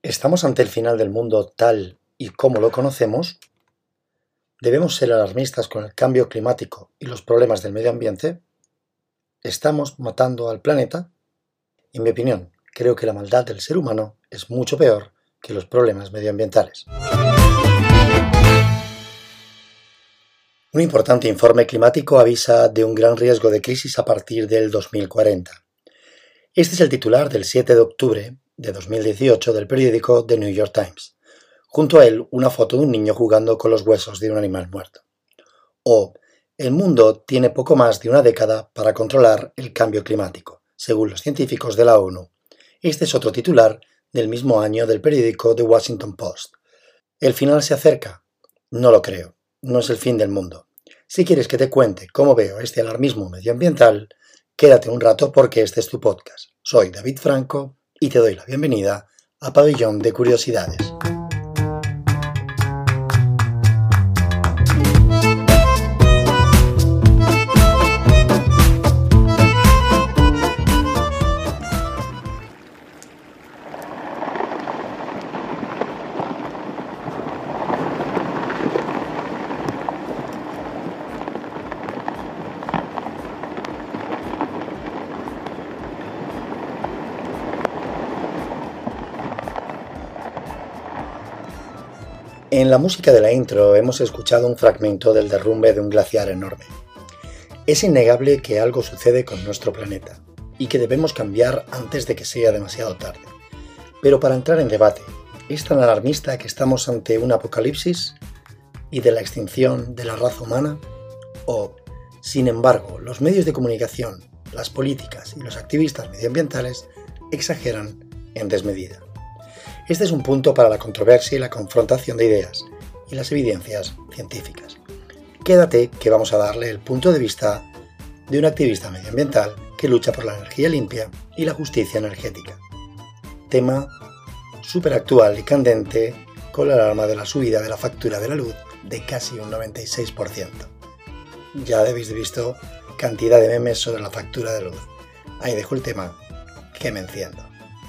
¿Estamos ante el final del mundo tal y como lo conocemos? ¿Debemos ser alarmistas con el cambio climático y los problemas del medio ambiente? ¿Estamos matando al planeta? En mi opinión, creo que la maldad del ser humano es mucho peor que los problemas medioambientales. Un importante informe climático avisa de un gran riesgo de crisis a partir del 2040. Este es el titular del 7 de octubre de 2018 del periódico The New York Times. Junto a él, una foto de un niño jugando con los huesos de un animal muerto. O, el mundo tiene poco más de una década para controlar el cambio climático, según los científicos de la ONU. Este es otro titular del mismo año del periódico The Washington Post. ¿El final se acerca? No lo creo. No es el fin del mundo. Si quieres que te cuente cómo veo este alarmismo medioambiental, quédate un rato porque este es tu podcast. Soy David Franco y te doy la bienvenida a Pabellón de Curiosidades. En la música de la intro hemos escuchado un fragmento del derrumbe de un glaciar enorme. Es innegable que algo sucede con nuestro planeta y que debemos cambiar antes de que sea demasiado tarde. Pero para entrar en debate, ¿es tan alarmista que estamos ante un apocalipsis y de la extinción de la raza humana? ¿O, sin embargo, los medios de comunicación, las políticas y los activistas medioambientales exageran en desmedida? Este es un punto para la controversia y la confrontación de ideas y las evidencias científicas. Quédate que vamos a darle el punto de vista de un activista medioambiental que lucha por la energía limpia y la justicia energética. Tema súper actual y candente con la alarma de la subida de la factura de la luz de casi un 96%. Ya habéis visto cantidad de memes sobre la factura de luz. Ahí dejo el tema que me enciendo.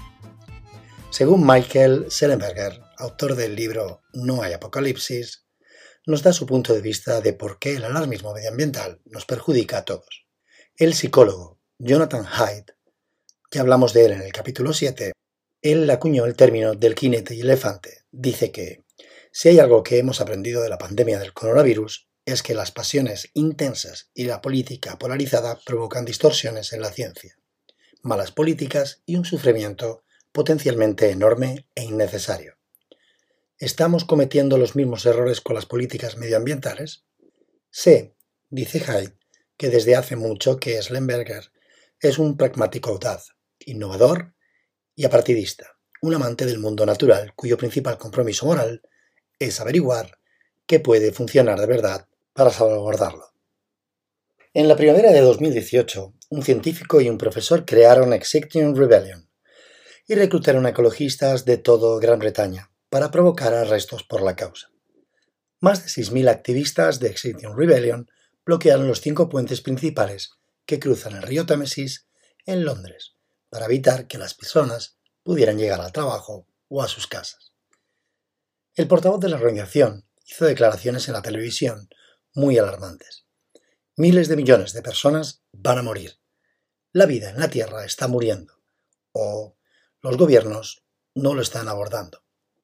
Según Michael Shellenberger, autor del libro No hay apocalipsis, nos da su punto de vista de por qué el alarmismo medioambiental nos perjudica a todos. El psicólogo Jonathan Haidt, ya hablamos de él en el capítulo 7, él acuñó el término del jinete y elefante. Dice que, si hay algo que hemos aprendido de la pandemia del coronavirus, es que las pasiones intensas y la política polarizada provocan distorsiones en la ciencia, malas políticas y un sufrimiento potencialmente enorme e innecesario. ¿Estamos cometiendo los mismos errores con las políticas medioambientales? Sé, dice Haidt, que desde hace mucho que Shellenberger es un pragmático audaz, innovador y apartidista, un amante del mundo natural cuyo principal compromiso moral es averiguar qué puede funcionar de verdad para salvaguardarlo. En la primavera de 2018, un científico y un profesor crearon Extinction Rebellion y reclutaron a ecologistas de todo Gran Bretaña para provocar arrestos por la causa. Más de 6.000 activistas de Extinction Rebellion bloquearon los 5 puentes principales que cruzan el río Támesis en Londres para evitar que las personas pudieran llegar al trabajo o a sus casas. El portavoz de la organización hizo declaraciones en la televisión muy alarmantes. Miles de millones de personas van a morir. La vida en la Tierra está muriendo. O los gobiernos no lo están abordando.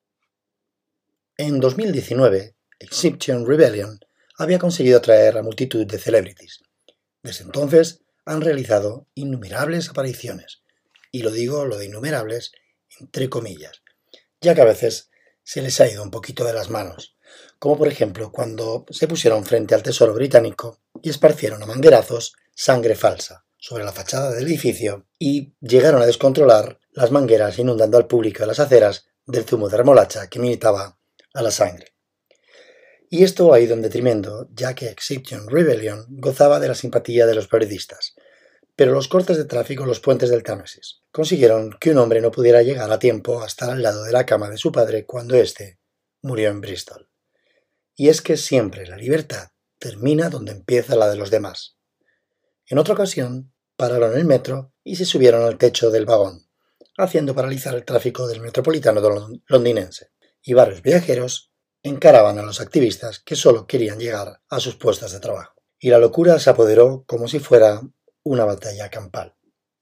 En 2019, Extinction Rebellion había conseguido atraer a multitud de celebrities. Desde entonces han realizado innumerables apariciones, y lo digo lo de innumerables entre comillas, ya que a veces se les ha ido un poquito de las manos, como por ejemplo cuando se pusieron frente al Tesoro británico y esparcieron a manguerazos sangre falsa sobre la fachada del edificio y llegaron a descontrolar las mangueras inundando al público de las aceras del zumo de remolacha que imitaba a la sangre. Y esto ha ido en detrimento, ya que Extinction Rebellion gozaba de la simpatía de los periodistas, pero los cortes de tráfico en los puentes del Támesis consiguieron que un hombre no pudiera llegar a tiempo a estar al lado de la cama de su padre cuando éste murió en Bristol. Y es que siempre la libertad termina donde empieza la de los demás. En otra ocasión, pararon el metro y se subieron al techo del vagón, haciendo paralizar el tráfico del metropolitano londinense, y varios viajeros encaraban a los activistas que solo querían llegar a sus puestos de trabajo. Y la locura se apoderó como si fuera una batalla campal.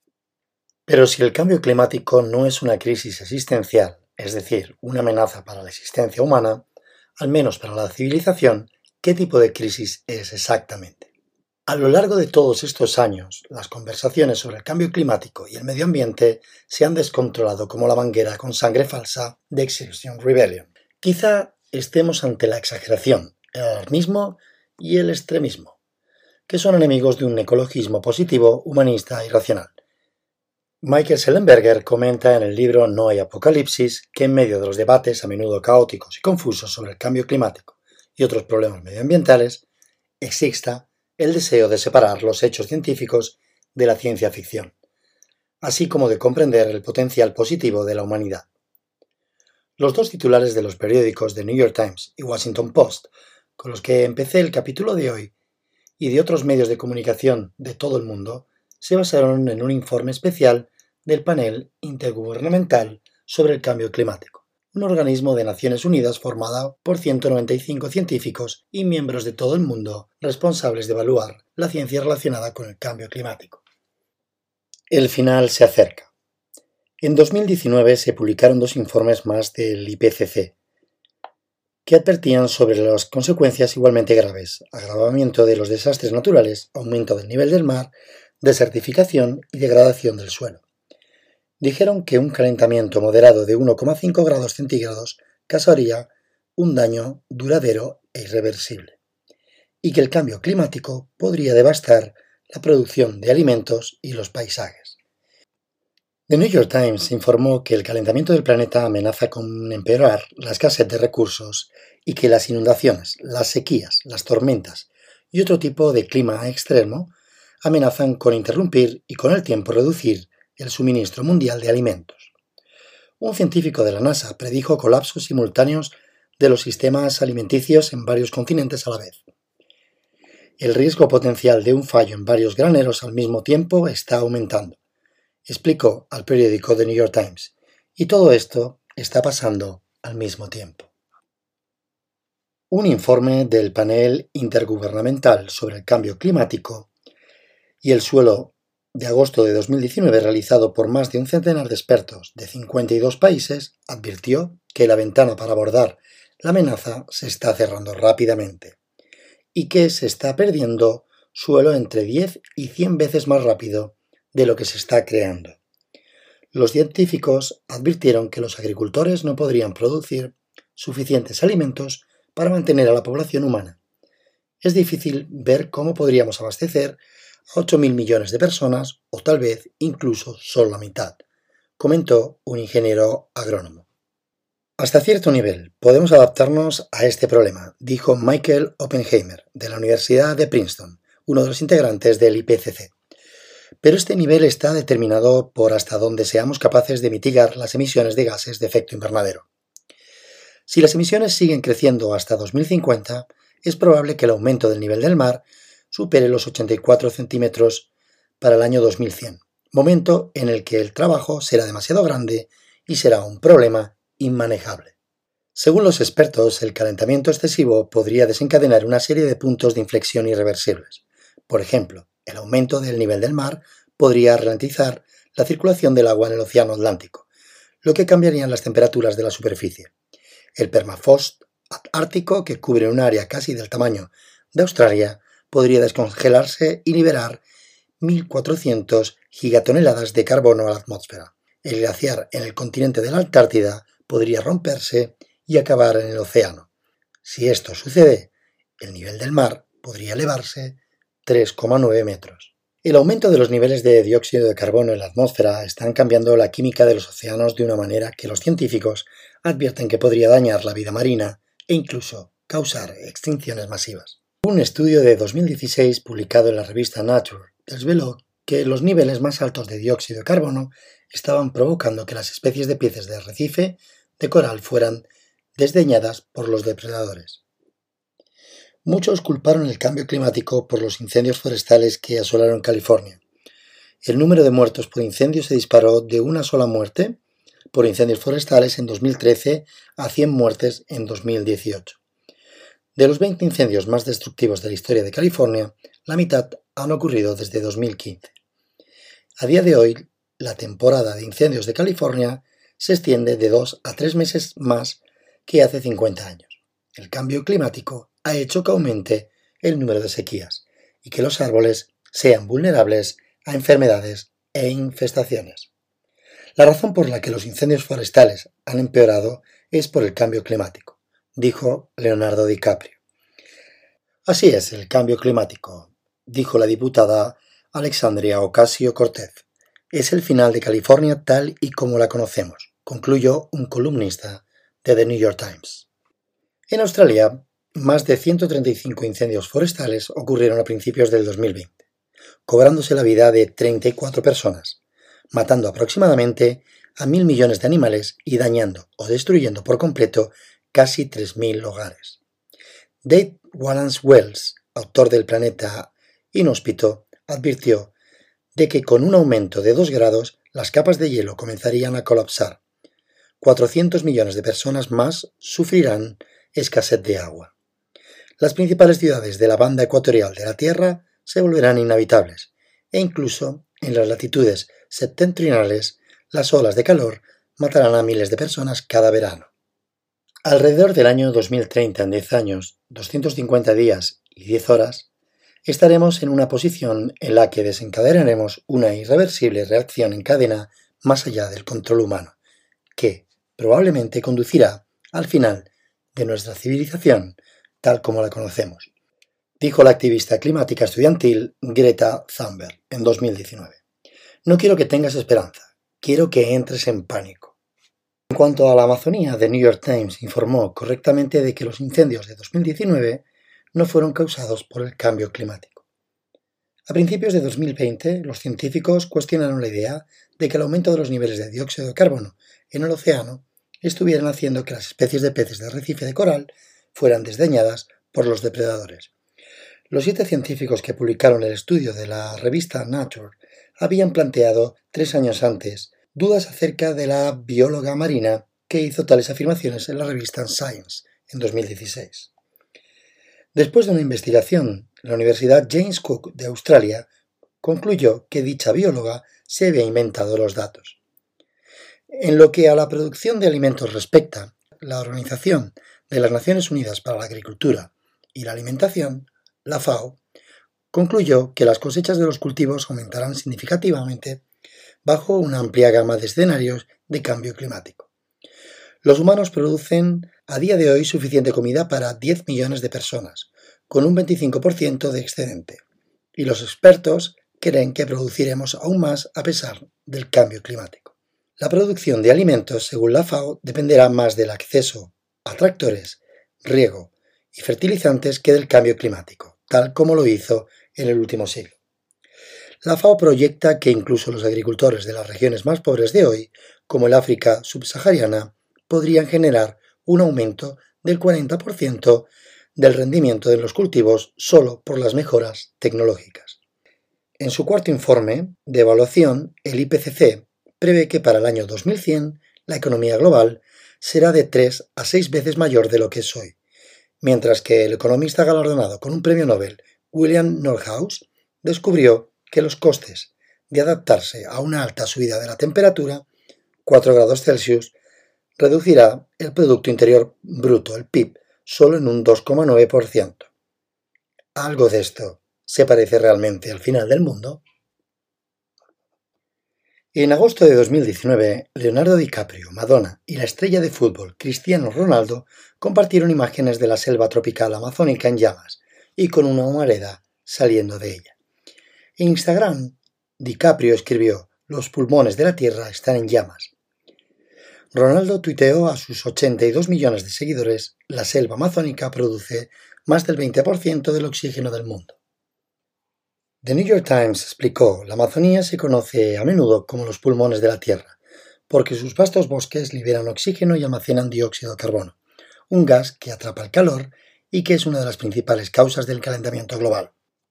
Pero si el cambio climático no es una crisis existencial, es decir, una amenaza para la existencia humana, al menos para la civilización, ¿qué tipo de crisis es exactamente? A lo largo de todos estos años, las conversaciones sobre el cambio climático y el medio ambiente se han descontrolado como la manguera con sangre falsa de Extinction Rebellion. Quizá estemos ante la exageración, el alarmismo y el extremismo, que son enemigos de un ecologismo positivo, humanista y racional. Michael Shellenberger comenta en el libro No hay apocalipsis que en medio de los debates a menudo caóticos y confusos sobre el cambio climático y otros problemas medioambientales, exista el deseo de separar los hechos científicos de la ciencia ficción, así como de comprender el potencial positivo de la humanidad. Los dos titulares de los periódicos The New York Times y Washington Post, con los que empecé el capítulo de hoy, y de otros medios de comunicación de todo el mundo, se basaron en un informe especial del Panel Intergubernamental sobre el Cambio Climático, un organismo de Naciones Unidas formado por 195 científicos y miembros de todo el mundo responsables de evaluar la ciencia relacionada con el cambio climático. El final se acerca. En 2019 se publicaron dos informes más del IPCC, que advertían sobre las consecuencias igualmente graves: agravamiento de los desastres naturales, aumento del nivel del mar, desertificación y degradación del suelo. Dijeron que un calentamiento moderado de 1,5 grados centígrados causaría un daño duradero e irreversible, y que el cambio climático podría devastar la producción de alimentos y los paisajes. The New York Times informó que el calentamiento del planeta amenaza con empeorar la escasez de recursos y que las inundaciones, las sequías, las tormentas y otro tipo de clima extremo amenazan con interrumpir y con el tiempo reducir el suministro mundial de alimentos. Un científico de la NASA predijo colapsos simultáneos de los sistemas alimenticios en varios continentes a la vez. El riesgo potencial de un fallo en varios graneros al mismo tiempo está aumentando, explicó al periódico The New York Times, y todo esto está pasando al mismo tiempo. Un informe del Panel Intergubernamental sobre el Cambio Climático y el Suelo de agosto de 2019, realizado por más de un centenar de expertos de 52 países, advirtió que la ventana para abordar la amenaza se está cerrando rápidamente y que se está perdiendo suelo entre 10 y 100 veces más rápido de lo que se está creando. Los científicos advirtieron que los agricultores no podrían producir suficientes alimentos para mantener a la población humana. Es difícil ver cómo podríamos abastecer a 8.000 millones de personas, o tal vez incluso solo la mitad, comentó un ingeniero agrónomo. Hasta cierto nivel podemos adaptarnos a este problema, dijo Michael Oppenheimer, de la Universidad de Princeton, uno de los integrantes del IPCC. Pero este nivel está determinado por hasta dónde seamos capaces de mitigar las emisiones de gases de efecto invernadero. Si las emisiones siguen creciendo hasta 2050, es probable que el aumento del nivel del mar supere los 84 centímetros para el año 2100, momento en el que el trabajo será demasiado grande y será un problema inmanejable. Según los expertos, el calentamiento excesivo podría desencadenar una serie de puntos de inflexión irreversibles. Por ejemplo, el aumento del nivel del mar podría ralentizar la circulación del agua en el océano Atlántico, lo que cambiaría las temperaturas de la superficie. El permafrost ártico, que cubre un área casi del tamaño de Australia, podría descongelarse y liberar 1.400 gigatoneladas de carbono a la atmósfera. El glaciar en el continente de la Antártida podría romperse y acabar en el océano. Si esto sucede, el nivel del mar podría elevarse 3,9 metros. El aumento de los niveles de dióxido de carbono en la atmósfera están cambiando la química de los océanos de una manera que los científicos advierten que podría dañar la vida marina e incluso causar extinciones masivas. Un estudio de 2016 publicado en la revista Nature desveló que los niveles más altos de dióxido de carbono estaban provocando que las especies de peces de arrecife de coral fueran desdeñadas por los depredadores. Muchos culparon el cambio climático por los incendios forestales que asolaron California, El número de muertos por incendios se disparó de una sola muerte por incendios forestales en 2013 a 100 muertes en 2018. De los 20 incendios más destructivos de la historia de California, la mitad han ocurrido desde 2015. A día de hoy, la temporada de incendios de California se extiende de 2 a 3 meses más que hace 50 años. El cambio climático ha hecho que aumente el número de sequías y que los árboles sean vulnerables a enfermedades e infestaciones. La razón por la que los incendios forestales han empeorado es por el cambio climático, dijo Leonardo DiCaprio. Así es el cambio climático, dijo la diputada Alexandria Ocasio-Cortez. Es el final de California tal y como la conocemos, concluyó un columnista de The New York Times. En Australia, más de 135 incendios forestales ocurrieron a principios del 2020, cobrándose la vida de 34 personas, matando aproximadamente a 1.000 millones de animales y dañando o destruyendo por completo casi 3.000 hogares. Dave Wallace Wells, autor del Planeta Inhóspito, advirtió de que con un aumento de 2 grados las capas de hielo comenzarían a colapsar. 400 millones de personas más sufrirán escasez de agua. Las principales ciudades de la banda ecuatorial de la Tierra se volverán inhabitables, e incluso en las latitudes septentrionales las olas de calor matarán a miles de personas cada verano. Alrededor del año 2030, en 10 años, 250 días y 10 horas, estaremos en una posición en la que desencadenaremos una irreversible reacción en cadena más allá del control humano, que probablemente conducirá al final de nuestra civilización tal como la conocemos, dijo la activista climática estudiantil Greta Thunberg en 2019. No quiero que tengas esperanza, quiero que entres en pánico. En cuanto a la Amazonía, The New York Times informó correctamente de que los incendios de 2019 no fueron causados por el cambio climático. A principios de 2020, los científicos cuestionaron la idea de que el aumento de los niveles de dióxido de carbono en el océano estuvieran haciendo que las especies de peces de arrecife de coral fueran desdeñadas por los depredadores. Los 7 científicos que publicaron el estudio de la revista Nature habían planteado 3 años antes dudas acerca de la bióloga marina que hizo tales afirmaciones en la revista Science en 2016. Después de una investigación, la Universidad James Cook de Australia concluyó que dicha bióloga se había inventado los datos. En lo que a la producción de alimentos respecta, la Organización de las Naciones Unidas para la Agricultura y la Alimentación, la FAO, concluyó que las cosechas de los cultivos aumentarán significativamente bajo una amplia gama de escenarios de cambio climático. Los humanos producen a día de hoy suficiente comida para 10 millones de personas, con un 25% de excedente, y los expertos creen que produciremos aún más a pesar del cambio climático. La producción de alimentos, según la FAO, dependerá más del acceso a tractores, riego y fertilizantes que del cambio climático, tal como lo hizo en el último siglo. La FAO proyecta que incluso los agricultores de las regiones más pobres de hoy, como el África subsahariana, podrían generar un aumento del 40% del rendimiento de los cultivos solo por las mejoras tecnológicas. En su cuarto informe de evaluación, el IPCC prevé que para el año 2100 la economía global será de 3 a 6 veces mayor de lo que es hoy, mientras que el economista galardonado con un premio Nobel, William Nordhaus, descubrió que los costes de adaptarse a una alta subida de la temperatura, 4 grados Celsius, reducirá el Producto Interior Bruto, el PIB, solo en un 2,9%. ¿Algo de esto se parece realmente al final del mundo? En agosto de 2019, Leonardo DiCaprio, Madonna y la estrella de fútbol Cristiano Ronaldo compartieron imágenes de la selva tropical amazónica en llamas y con una humareda saliendo de ella. En Instagram, DiCaprio escribió: «Los pulmones de la Tierra están en llamas». Ronaldo tuiteó a sus 82 millones de seguidores: «La selva amazónica produce más del 20% del oxígeno del mundo». The New York Times explicó: «La Amazonía se conoce a menudo como los pulmones de la Tierra, porque sus vastos bosques liberan oxígeno y almacenan dióxido de carbono, un gas que atrapa el calor y que es una de las principales causas del calentamiento global.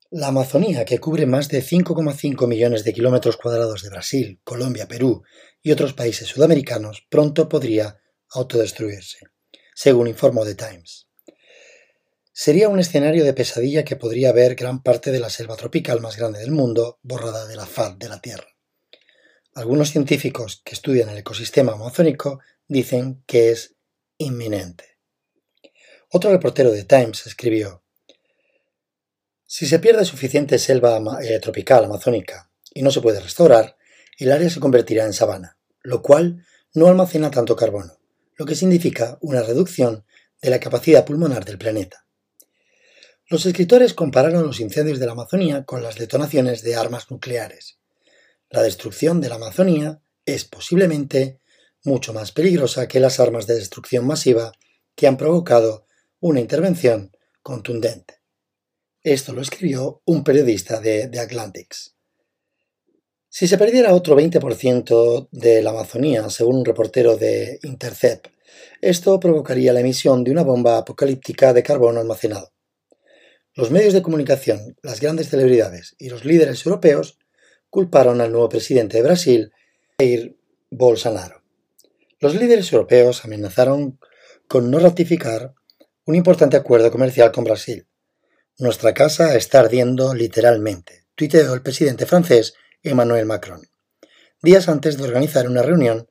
La Amazonía, que cubre más de 5,5 millones de kilómetros cuadrados de Brasil, Colombia, Perú y otros países sudamericanos, pronto podría autodestruirse, según informó The Times. Sería un escenario de pesadilla que podría ver gran parte de la selva tropical más grande del mundo borrada de la faz de la Tierra. Algunos científicos que estudian el ecosistema amazónico dicen que es inminente. Otro reportero de Times escribió: si se pierde suficiente selva tropical amazónica y no se puede restaurar, el área se convertirá en sabana, lo cual no almacena tanto carbono, lo que significa una reducción de la capacidad pulmonar del planeta. Los escritores compararon los incendios de la Amazonía con las detonaciones de armas nucleares. La destrucción de la Amazonía es posiblemente mucho más peligrosa que las armas de destrucción masiva que han provocado una intervención contundente. Esto lo escribió un periodista de The Atlantic. Si se perdiera otro 20% de la Amazonía, según un reportero de Intercept, esto provocaría la emisión de una bomba apocalíptica de carbono almacenado. Los medios de comunicación, las grandes celebridades y los líderes europeos culparon al nuevo presidente de Brasil, Jair Bolsonaro. Los líderes europeos amenazaron con no ratificar un importante acuerdo comercial con Brasil. Nuestra casa está ardiendo literalmente, tuiteó el presidente francés Emmanuel Macron, días antes de organizar una reunión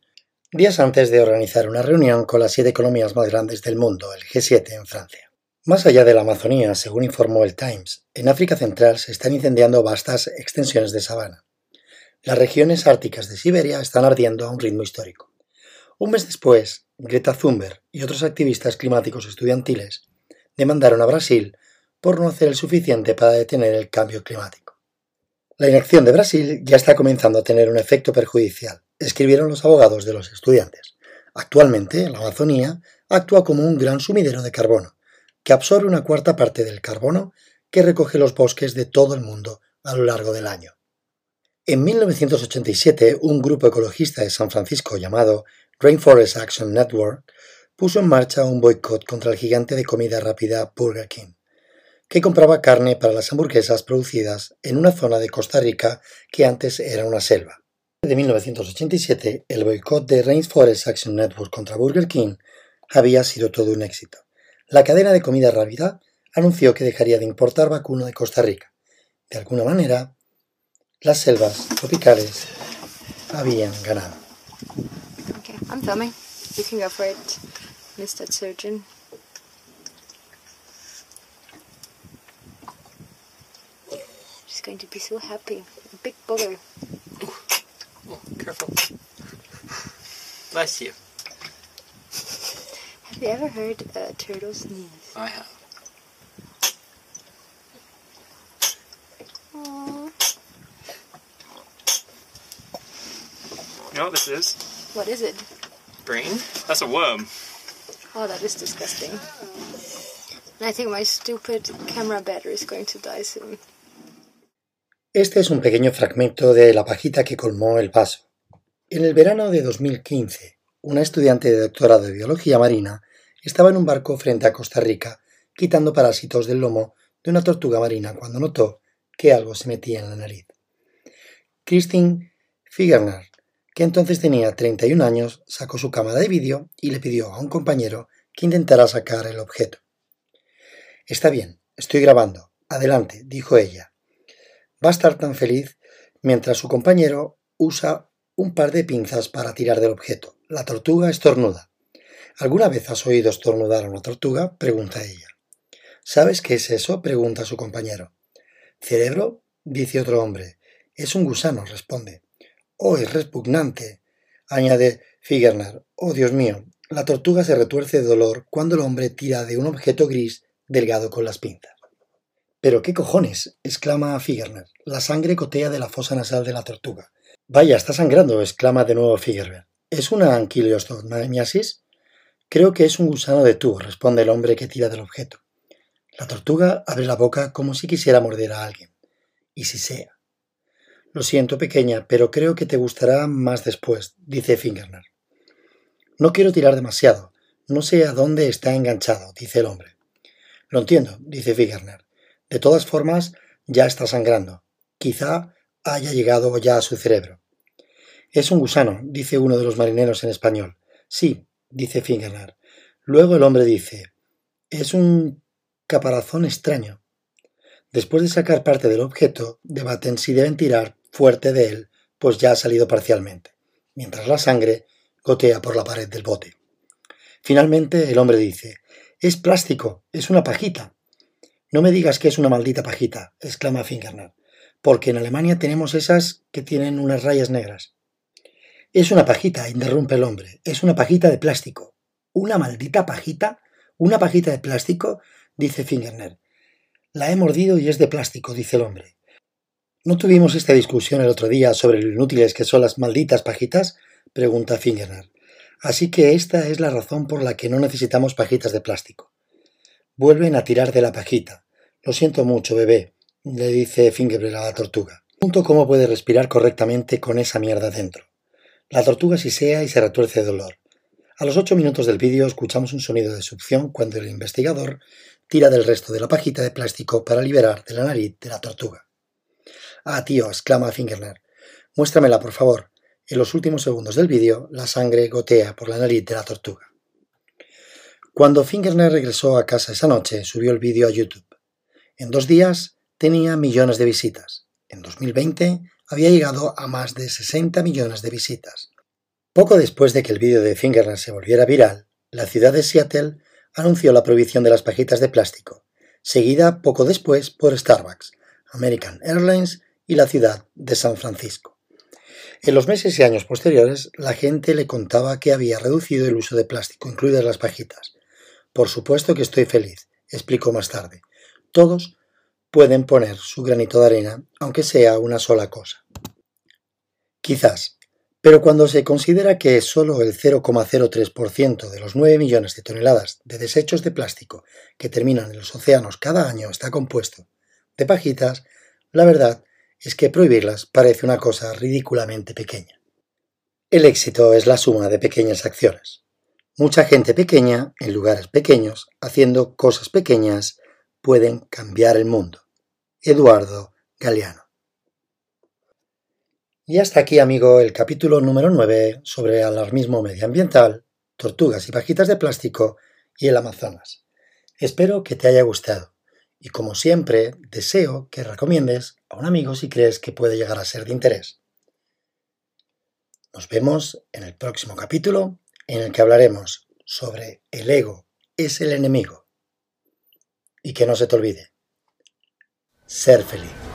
con las 7 economías más grandes del mundo, el G7 en Francia. Más allá de la Amazonía, según informó el Times, en África Central se están incendiando vastas extensiones de sabana. Las regiones árticas de Siberia están ardiendo a un ritmo histórico. Un mes después, Greta Thunberg y otros activistas climáticos estudiantiles demandaron a Brasil por no hacer el suficiente para detener el cambio climático. La inacción de Brasil ya está comenzando a tener un efecto perjudicial, escribieron los abogados de los estudiantes. Actualmente, la Amazonía actúa como un gran sumidero de carbono, que absorbe una cuarta parte del carbono que recoge los bosques de todo el mundo a lo largo del año. En 1987, un grupo ecologista de San Francisco llamado Rainforest Action Network puso en marcha un boicot contra el gigante de comida rápida Burger King, que compraba carne para las hamburguesas producidas en una zona de Costa Rica que antes era una selva. Desde 1987, el boicot de Rainforest Action Network contra Burger King había sido todo un éxito. La cadena de comida rápida anunció que dejaría de importar vacuno de Costa Rica. De alguna manera, las selvas tropicales habían ganado. Okay, I'm filming. You can go for it, Mr. Surgeon. She's going to be so happy. A big booger. Oh, careful. Bless you. Have you ever heard a turtle sneeze? I have. Aww. You know what this is? What is it? Brain? That's a worm. Oh, that is disgusting. And I think my stupid camera battery is going to die soon. Este es un pequeño fragmento de la pajita que colmó el vaso. En el verano de 2015, una estudiante de doctorado de biología marina estaba en un barco frente a Costa Rica quitando parásitos del lomo de una tortuga marina cuando notó que algo se metía en la nariz. Christine Figerner, que entonces tenía 31 años, sacó su cámara de vídeo y le pidió a un compañero que intentara sacar el objeto. «Está bien, estoy grabando. Adelante», dijo ella. Va a estar tan feliz mientras su compañero usa un par de pinzas para tirar del objeto. La tortuga estornuda. ¿Alguna vez has oído estornudar a una tortuga?, pregunta ella. ¿Sabes qué es eso?, pregunta su compañero. ¿Cerebro?, dice otro hombre. Es un gusano, responde. Oh, es repugnante, añade Figerner. Oh, Dios mío, la tortuga se retuerce de dolor cuando el hombre tira de un objeto gris delgado con las pinzas. «¿Pero qué cojones?», exclama Figerner. La sangre gotea de la fosa nasal de la tortuga. «Vaya, está sangrando», exclama de nuevo Figerner. «¿Es una anquilostomiasis?» «Creo que es un gusano de tubo», responde el hombre que tira del objeto. La tortuga abre la boca como si quisiera morder a alguien. Y sisea. «Lo siento, pequeña, pero creo que te gustará más después», dice Figerner. «No quiero tirar demasiado. No sé a dónde está enganchado», dice el hombre. «Lo entiendo», dice Figerner. «De todas formas, Ya está sangrando. Quizá haya llegado ya a su cerebro. Es un gusano, dice uno de los marineros en español. Sí, dice Fingernerd. Luego el hombre dice, es un caparazón extraño. Después de sacar parte del objeto, debaten si deben tirar fuerte de él, pues ya ha salido parcialmente, mientras la sangre gotea por la pared del bote. Finalmente el hombre dice, es plástico, es una pajita. No me digas que es una maldita pajita, exclama Fingernerd, porque en Alemania tenemos esas que tienen unas rayas negras. Es una pajita, interrumpe el hombre, es una pajita de plástico. ¿Una maldita pajita? ¿Una pajita de plástico? Dice Fingernerd. La he mordido y es de plástico, dice el hombre. ¿No tuvimos esta discusión el otro día sobre lo inútiles que son las malditas pajitas? Pregunta Fingernerd. Así que esta es la razón por la que no necesitamos pajitas de plástico. Vuelven a tirar de la pajita. Lo siento mucho, bebé, le dice Fingernerd a la tortuga. Pregunto cómo puede respirar correctamente con esa mierda dentro. La tortuga sisea y se retuerce de dolor. A los 8 minutos del vídeo escuchamos un sonido de succión cuando el investigador tira del resto de la pajita de plástico para liberar de la nariz de la tortuga. Ah, tío, exclama Fingernerd. Muéstramela, por favor. En los últimos segundos del vídeo, la sangre gotea por la nariz de la tortuga. Cuando Fingernerd regresó a casa esa noche, subió el vídeo a YouTube. En 2 días tenía millones de visitas. En 2020 había llegado a más de 60 millones de visitas. Poco después de que el vídeo de Fingernerd se volviera viral, la ciudad de Seattle anunció la prohibición de las pajitas de plástico, seguida poco después por Starbucks, American Airlines y la ciudad de San Francisco. En los meses y años posteriores, la gente le contaba que había reducido el uso de plástico, incluidas las pajitas. Por supuesto que estoy feliz, explicó más tarde. Todos pueden poner su granito de arena, aunque sea una sola cosa. Quizás, pero cuando se considera que solo el 0,03% de los 9 millones de toneladas de desechos de plástico que terminan en los océanos cada año está compuesto de pajitas, la verdad es que prohibirlas parece una cosa ridículamente pequeña. El éxito es la suma de pequeñas acciones. Mucha gente pequeña, en lugares pequeños, haciendo cosas pequeñas, pueden cambiar el mundo. Eduardo Galeano. Y hasta aquí, amigo, el capítulo número 9 sobre alarmismo medioambiental, tortugas y pajitas de plástico y el Amazonas. Espero que te haya gustado y, como siempre, deseo que recomiendes a un amigo si crees que puede llegar a ser de interés. Nos vemos en el próximo capítulo en el que hablaremos sobre el ego es el enemigo. Y que no se te olvide, ser feliz.